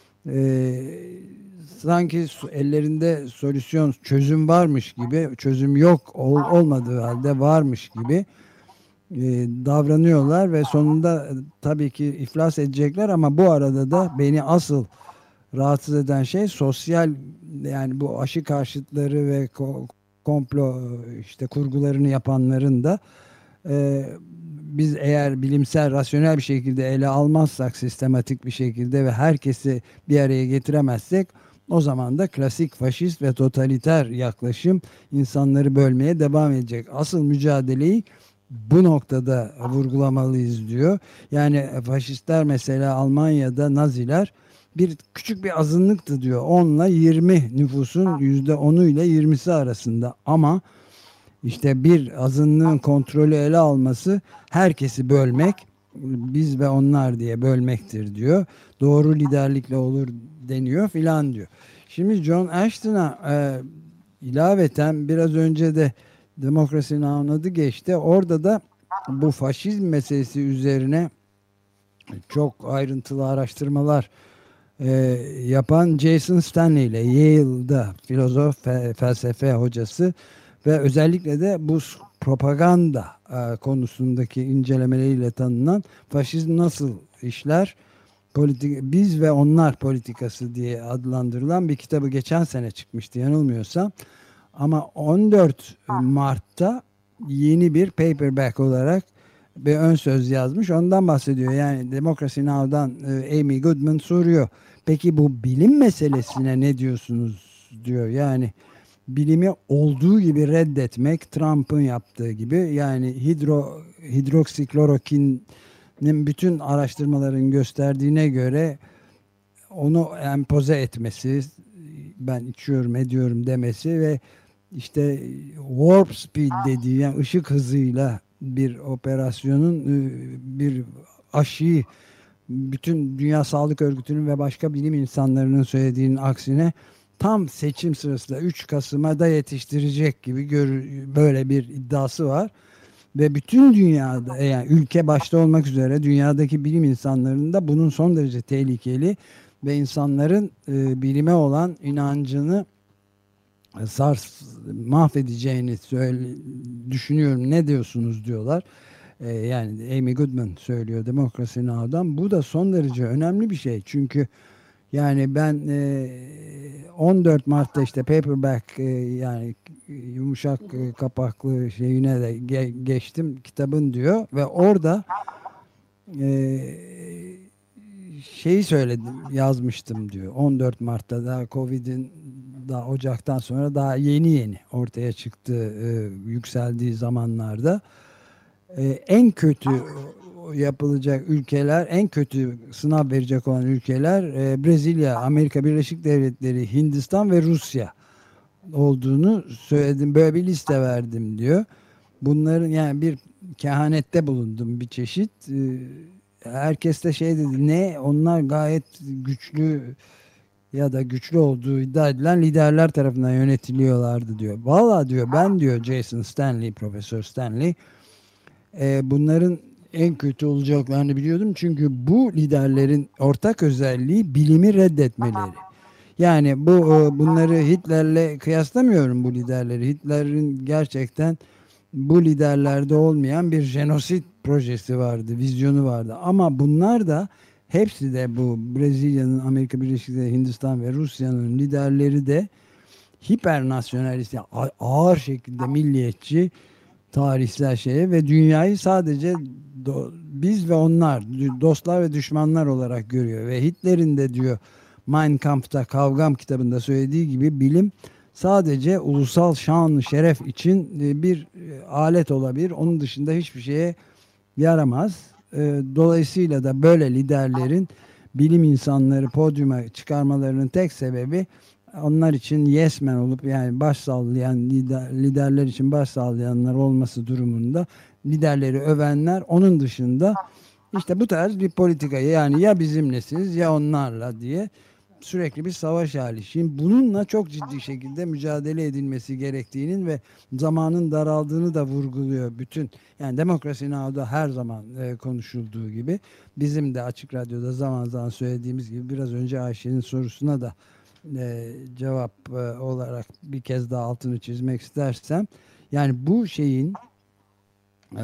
e, sanki ellerinde solüsyon, çözüm varmış gibi, çözüm yok ol, olmadığı halde varmış gibi e, davranıyorlar ve sonunda e, tabii ki iflas edecekler. Ama bu arada da beni asıl rahatsız eden şey sosyal, yani bu aşı karşıtları ve ko, komplo işte kurgularını yapanların da e, biz eğer bilimsel, rasyonel bir şekilde ele almazsak, sistematik bir şekilde ve herkesi bir araya getiremezsek, o zaman da klasik faşist ve totaliter yaklaşım insanları bölmeye devam edecek. Asıl mücadeleyi bu noktada vurgulamalıyız diyor. Yani faşistler mesela Almanya'da, Naziler bir küçük bir azınlıktı diyor. on ile yirmi nüfusun yüzde onu ile yirmisi arasında, ama işte bir azınlığın kontrolü ele alması herkesi bölmek, biz ve onlar diye bölmektir diyor. Doğru liderlikle olur deniyor filan diyor. Şimdi John Ashton'a e, ilaveten biraz önce de Democracy Now'ın adı geçti. Orada da bu faşizm meselesi üzerine çok ayrıntılı araştırmalar e, yapan Jason Stanley ile, Yale'da filozof, fe, felsefe hocası ve özellikle de bu propaganda e, konusundaki incelemeleriyle tanınan Faşizm Nasıl İşler, Politik, Biz ve Onlar politikası diye adlandırılan bir kitabı geçen sene çıkmıştı yanılmıyorsam. Ama on dört Mart'ta yeni bir paperback olarak bir ön söz yazmış. Ondan bahsediyor. Yani Democracy Now'dan e, Amy Goodman soruyor. Peki bu bilim meselesine ne diyorsunuz diyor. Yani bilimi olduğu gibi reddetmek, Trump'ın yaptığı gibi. Yani hidro hidroksiklorokinin bütün araştırmaların gösterdiğine göre onu empoze etmesi, ben içiyorum ediyorum demesi ve işte warp speed dediği, yani ışık hızıyla bir operasyonun bir aşıyı bütün Dünya Sağlık Örgütü'nün ve başka bilim insanlarının söylediğinin aksine tam seçim sırasında üç Kasım'a da yetiştirecek gibi gör, böyle bir iddiası var. Ve bütün dünyada, yani ülke başta olmak üzere dünyadaki bilim insanlarının da bunun son derece tehlikeli ve insanların e, bilime olan inancını sars mahvedeceğini söyle, düşünüyorum. Ne diyorsunuz diyorlar. E, yani Amy Goodman söylüyor Democracy Now'dan. Bu da son derece önemli bir şey. Çünkü yani ben e, on dört Mart'ta işte paperback e, yani yumuşak e, kapaklı şeyine de ge geçtim kitabın diyor ve orada e, şeyi söyledim, yazmıştım diyor. on dört Mart'ta daha Covid'in daha Ocak'tan sonra daha yeni yeni ortaya çıktığı e, yükseldiği zamanlarda e, en kötü yapılacak ülkeler, en kötü sınav verecek olan ülkeler e, Brezilya, Amerika Birleşik Devletleri, Hindistan ve Rusya olduğunu söyledim. Böyle bir liste verdim diyor. Bunların yani bir kehanette bulundum bir çeşit. E, herkes de şey dedi, ne onlar gayet güçlü ya da güçlü olduğu iddia edilen liderler tarafından yönetiliyorlardı diyor. Vallahi diyor ben diyor Jason Stanley, Profesör Stanley e, bunların en kötü olacaklarını biliyordum. Çünkü bu liderlerin ortak özelliği bilimi reddetmeleri. Yani bu bunları Hitler'le kıyaslamıyorum bu liderleri. Hitler'in gerçekten bu liderlerde olmayan bir jenosit projesi vardı, vizyonu vardı. Ama bunlar da hepsi de bu Brezilya'nın, Amerika Birleşik Devletleri, Hindistan ve Rusya'nın liderleri de hipernasyonalist, yani ağır şekilde milliyetçi, tarihsel şeye ve dünyayı sadece do, biz ve onlar, dostlar ve düşmanlar olarak görüyor. Ve Hitler'in de diyor Mein Kampf'ta, Kavgam kitabında söylediği gibi bilim sadece ulusal şan, şeref için bir alet olabilir. Onun dışında hiçbir şeye yaramaz. Dolayısıyla da böyle liderlerin bilim insanları podyuma çıkarmalarının tek sebebi onlar için yes man olup yani baş sallayan lider, liderler için baş sallayanlar olması durumunda liderleri övenler, onun dışında işte bu tarz bir politikayı, yani ya bizimlesiniz ya onlarla diye sürekli bir savaş hali. Şimdi bununla çok ciddi şekilde mücadele edilmesi gerektiğinin ve zamanın daraldığını da vurguluyor bütün. Yani Demokrasi Now'da her zaman e, konuşulduğu gibi, bizim de Açık Radyo'da zaman zaman söylediğimiz gibi, biraz önce Ayşe'nin sorusuna da e, cevap e, olarak bir kez daha altını çizmek istersem, yani bu şeyin e,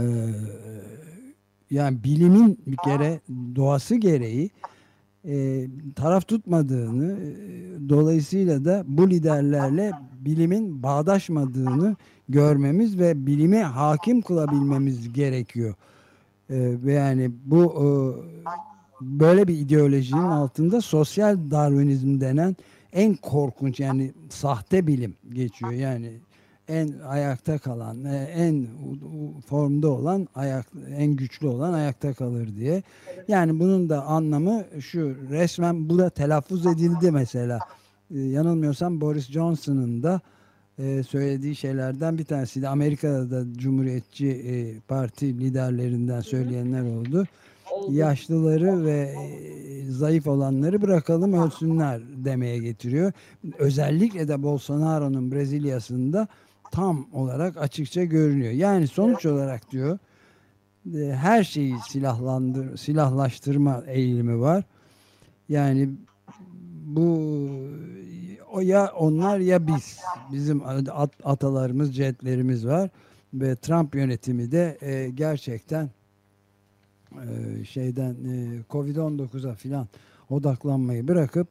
yani bilimin bir kere doğası gereği E, taraf tutmadığını, e, dolayısıyla da bu liderlerle bilimin bağdaşmadığını görmemiz ve bilimi hakim kılabilmemiz gerekiyor. E, ve yani bu e, böyle bir ideolojinin altında sosyal Darwinizm denen en korkunç, yani sahte bilim geçiyor. Yani en ayakta kalan, en formda olan, ayak, en güçlü olan ayakta kalır diye. Yani bunun da anlamı şu, resmen bu da telaffuz edildi mesela. Ee, yanılmıyorsam Boris Johnson'ın da e, söylediği şeylerden bir tanesiydi. Amerika'da da Cumhuriyetçi e, Parti liderlerinden söyleyenler oldu. Yaşlıları ve e, zayıf olanları bırakalım ölsünler demeye getiriyor. Özellikle de Bolsonaro'nun Brezilya'sında tam olarak açıkça görünüyor. Yani sonuç olarak diyor her şeyi silahlandır, silahlaştırma eğilimi var. Yani bu o ya onlar ya biz. Bizim at, atalarımız, cedlerimiz var ve Trump yönetimi de e, gerçekten e, şeyden e, Covid on dokuza filan odaklanmayı bırakıp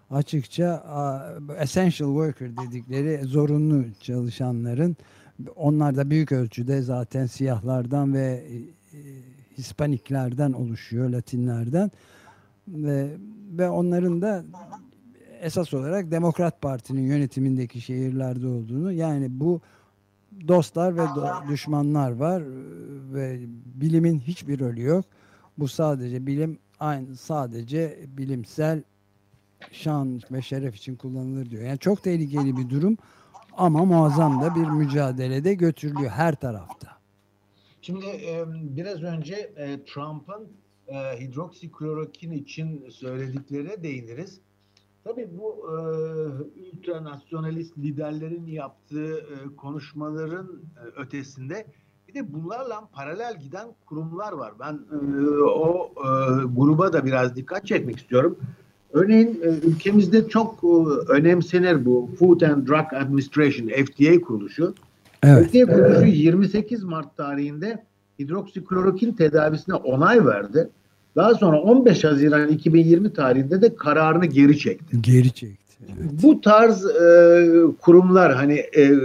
açıkça essential worker dedikleri zorunlu çalışanların, onlar da büyük ölçüde zaten siyahlardan ve Hispaniklerden oluşuyor, Latinlerden ve, ve onların da esas olarak Demokrat Parti'nin yönetimindeki şehirlerde olduğunu, yani bu dostlar ve do- düşmanlar var ve bilimin hiçbir rolü yok. Bu sadece bilim, aynı sadece bilimsel şan ve şeref için kullanılır diyor. Yani çok tehlikeli bir durum ama muazzam da bir mücadelede götürülüyor her tarafta. Şimdi e, biraz önce e, Trump'ın e, hidroksiklorokin için söylediklerine değiniriz. Tabii bu e, ultranasyonalist liderlerin yaptığı e, konuşmaların e, ötesinde bir de bunlarla paralel giden kurumlar var. Ben e, o e, gruba da biraz dikkat çekmek istiyorum. Örneğin e, ülkemizde çok e, önemsenir bu Food and Drug Administration, F D A kuruluşu. Evet. F D A kuruluşu yirmi sekiz Mart tarihinde hidroksiklorokin tedavisine onay verdi. Daha sonra on beş Haziran iki bin yirmi tarihinde de kararını geri çekti. Geri çekti. Evet. Bu tarz e, kurumlar, hani e, e,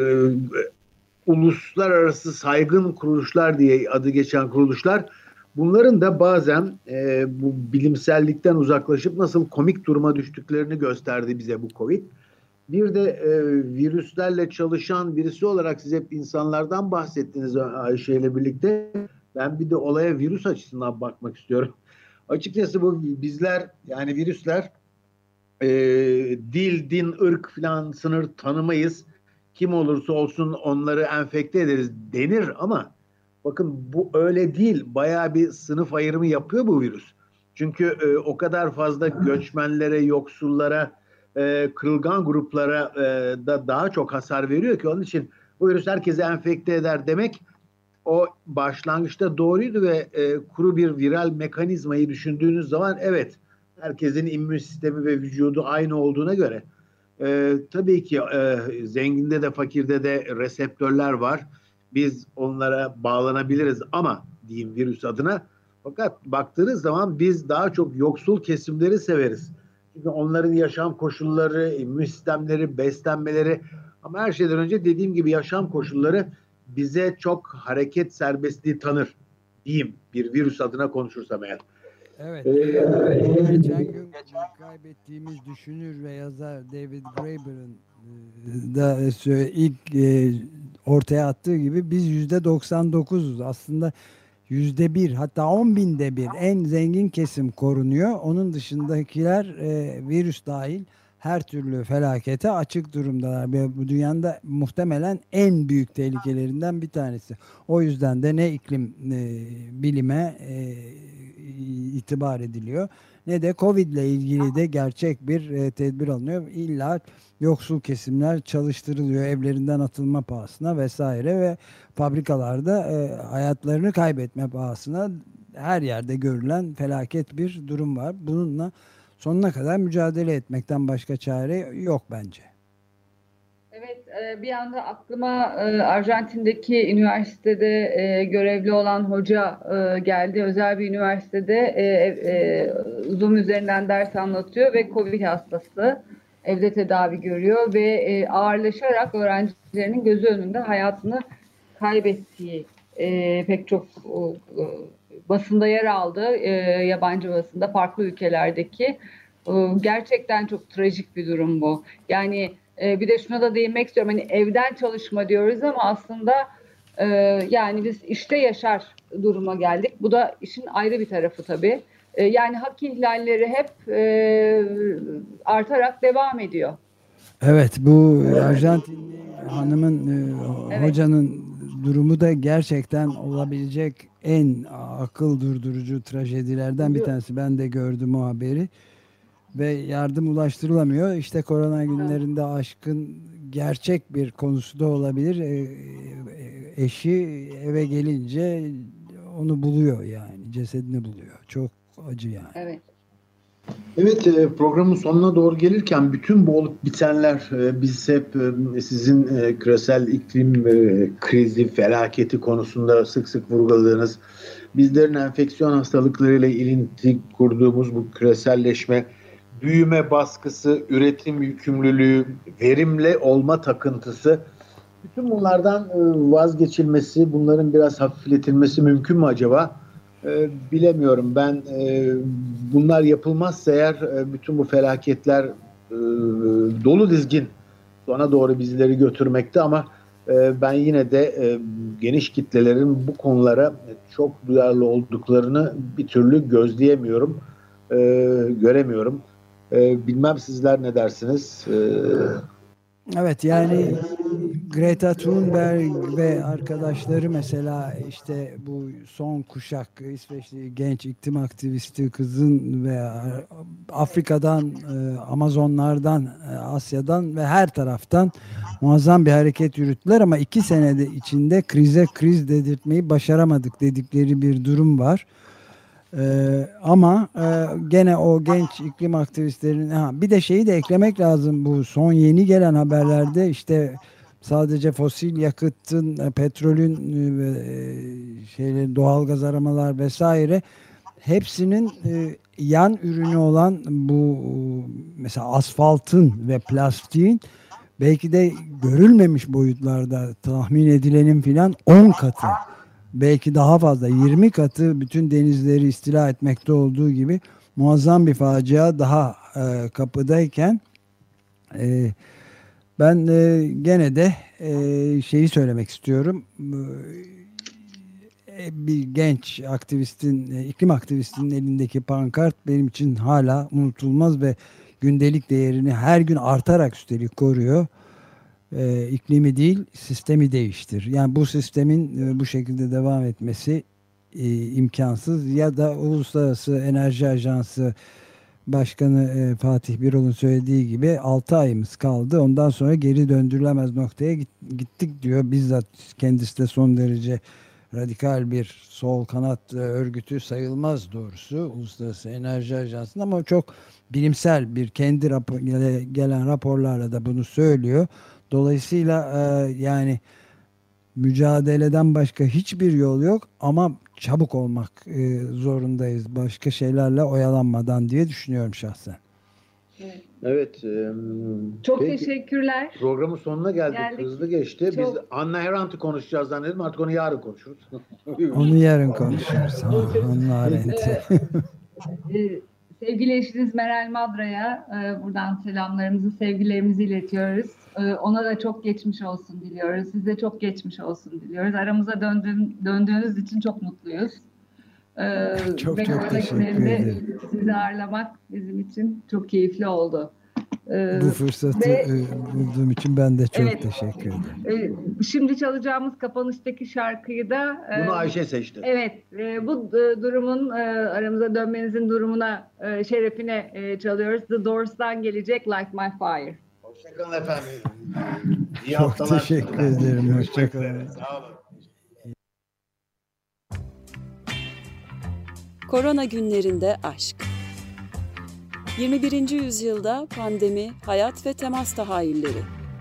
uluslararası saygın kuruluşlar diye adı geçen kuruluşlar, bunların da bazen e, bu bilimsellikten uzaklaşıp nasıl komik duruma düştüklerini gösterdi bize bu Covid. Bir de e, virüslerle çalışan birisi olarak siz hep insanlardan bahsettiniz Ayşe ile birlikte. Ben bir de olaya virüs açısından bakmak istiyorum. Açıkçası bu bizler, yani virüsler e, dil, din, ırk falan sınır tanımayız. Kim olursa olsun onları enfekte ederiz denir ama bakın bu öyle değil. Bayağı bir sınıf ayrımı yapıyor bu virüs. Çünkü e, o kadar fazla göçmenlere, yoksullara, e, kırılgan gruplara e, da daha çok hasar veriyor ki onun için bu virüs herkese enfekte eder demek o başlangıçta doğruydu ve e, kuru bir viral mekanizmayı düşündüğünüz zaman evet, herkesin immün sistemi ve vücudu aynı olduğuna göre e, tabii ki e, zenginde de fakirde de reseptörler var. Biz onlara bağlanabiliriz ama diyeyim virüs adına. Fakat baktığınız zaman biz daha çok yoksul kesimleri severiz. Çünkü onların yaşam koşulları, immün sistemleri, beslenmeleri, ama her şeyden önce dediğim gibi yaşam koşulları bize çok hareket serbestliği tanır diyeyim, bir virüs adına konuşursam eğer. Evet. Ee, geçen gün kaybettiğimiz düşünür ve yazar David Graeber'ın da ilk e, ortaya attığı gibi biz yüzde doksan dokuzuz. Aslında yüzde bir, hatta on binde bir en zengin kesim korunuyor. Onun dışındakiler e, virüs dahil her türlü felakete açık durumdalar. Bu dünyanın muhtemelen en büyük tehlikelerinden bir tanesi. O yüzden de ne iklim e, bilime e, itibar ediliyor ne de Covid ile ilgili de gerçek bir e, tedbir alınıyor. İlla yoksul kesimler çalıştırılıyor evlerinden atılma pahasına vesaire ve fabrikalarda e, hayatlarını kaybetme pahasına her yerde görülen felaket bir durum var. Bununla sonuna kadar mücadele etmekten başka çare yok bence. Evet, bir anda aklıma Arjantin'deki üniversitede görevli olan hoca geldi. Özel bir üniversitede Zoom üzerinden ders anlatıyor ve Covid hastası, evde tedavi görüyor ve ağırlaşarak öğrencilerinin gözü önünde hayatını kaybettiği pek çok basında yer aldı, yabancı basında, farklı ülkelerdeki. Gerçekten çok trajik bir durum bu. Yani bir de şuna da değinmek istiyorum. Hani evden çalışma diyoruz ama aslında yani biz işte yaşar duruma geldik. Bu da işin ayrı bir tarafı tabii. Yani hak ihlalleri hep artarak devam ediyor. Evet, bu Arjantinli hanımın, evet, hocanın durumu da gerçekten olabilecek en akıl durdurucu trajedilerden bir tanesi. Ben de gördüm o haberi. Ve yardım ulaştırılamıyor. İşte korona günlerinde aşkın gerçek bir konusu da olabilir. E, eşi eve gelince onu buluyor yani. Cesedini buluyor. Çok acı yani. Evet. Evet, programın sonuna doğru gelirken bütün bu olup bitenler, biz hep sizin küresel iklim krizi, felaketi konusunda sık sık vurguladığınız, bizlerin enfeksiyon hastalıklarıyla ilinti kurduğumuz bu küreselleşme büyüme baskısı, üretim yükümlülüğü, verimli olma takıntısı, bütün bunlardan e, vazgeçilmesi, bunların biraz hafifletilmesi mümkün mü acaba? E, bilemiyorum. Ben e, bunlar yapılmazsa eğer e, bütün bu felaketler e, dolu dizgin sona doğru bizleri götürmekte, ama e, ben yine de e, geniş kitlelerin bu konulara çok duyarlı olduklarını bir türlü gözleyemiyorum, e, göremiyorum. E, bilmem sizler ne dersiniz? E, Evet, yani Greta Thunberg ve arkadaşları mesela işte bu son kuşak İsveçli genç iklim aktivisti kızın ve Afrika'dan, Amazonlardan, Asya'dan ve her taraftan muazzam bir hareket yürüttüler, ama iki senede içinde krize kriz dedirtmeyi başaramadık dedikleri bir durum var. Ee, ama e, gene o genç iklim aktivistlerinin, ha, bir de şeyi de eklemek lazım, bu son yeni gelen haberlerde işte sadece fosil yakıtın, e, petrolün e, ve e, şeyleri, doğalgaz aramalar vesaire, hepsinin e, yan ürünü olan bu mesela asfaltın ve plastiğin belki de görülmemiş boyutlarda, tahmin edilenin filan on katı, belki daha fazla, yirmi katı bütün denizleri istila etmekte olduğu gibi muazzam bir facia daha e, kapıdayken e, ben e, gene de e, şeyi söylemek istiyorum. E, bir genç aktivistin, e, iklim aktivistinin elindeki pankart benim için hala unutulmaz ve gündelik değerini her gün artarak üstelik koruyor. E, iklimi değil, sistemi değiştir. Yani bu sistemin e, bu şekilde devam etmesi e, imkansız. Ya da Uluslararası Enerji Ajansı Başkanı e, Fatih Birol'un söylediği gibi altı ayımız kaldı. Ondan sonra geri döndürülemez noktaya gittik diyor. Bizzat kendisi de son derece radikal bir sol kanat e, örgütü sayılmaz doğrusu, Uluslararası Enerji Ajansı'nın, ama çok bilimsel bir kendi rapor, gelen raporlarla da bunu söylüyor. Dolayısıyla e, yani mücadeleden başka hiçbir yol yok, ama çabuk olmak e, zorundayız başka şeylerle oyalanmadan diye düşünüyorum şahsen. Evet. Evet. E, Çok peki, teşekkürler. Programın sonuna geldik. Geldik. Hızlı geçti. Çok... Biz Hannah Arendt'i konuşacağız zannediyordum. Artık onu yarın konuşuruz. Onu yarın konuşuruz. Hannah Arendt'i. Ee, sevgili eşiniz Meral Madra'ya e, buradan selamlarımızı, sevgilerimizi iletiyoruz. E, ona da çok geçmiş olsun diliyoruz. Size çok geçmiş olsun diliyoruz. Aramıza döndüğün, döndüğünüz için çok mutluyuz. E, çok çok teşekkür ederim. Sizi ağırlamak bizim için çok keyifli oldu. E, Bu fırsatı ve, bulduğum için ben de çok evet, teşekkür ederim. E, şimdi çalacağımız kapanıştaki şarkıyı da... Bunu Ayşe seçti. Evet, e, bu e, durumun, e, aramıza dönmenizin durumuna, e, şerefine e, çalıyoruz. The Doors'dan gelecek Light My Fire. Hoşçakalın efendim. İyi çok haftalar. Teşekkür ederim. Hoşçakalın. Sağ olun. Korona günlerinde aşk. yirmi birinci yüzyılda pandemi, hayat ve temas tahayyülleri.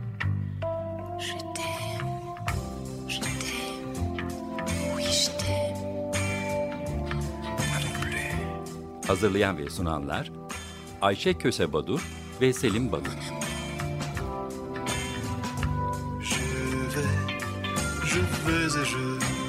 Hazırlayan ve sunanlar Ayşe Köse Badur ve Selim Badur. Je vais, je vais et je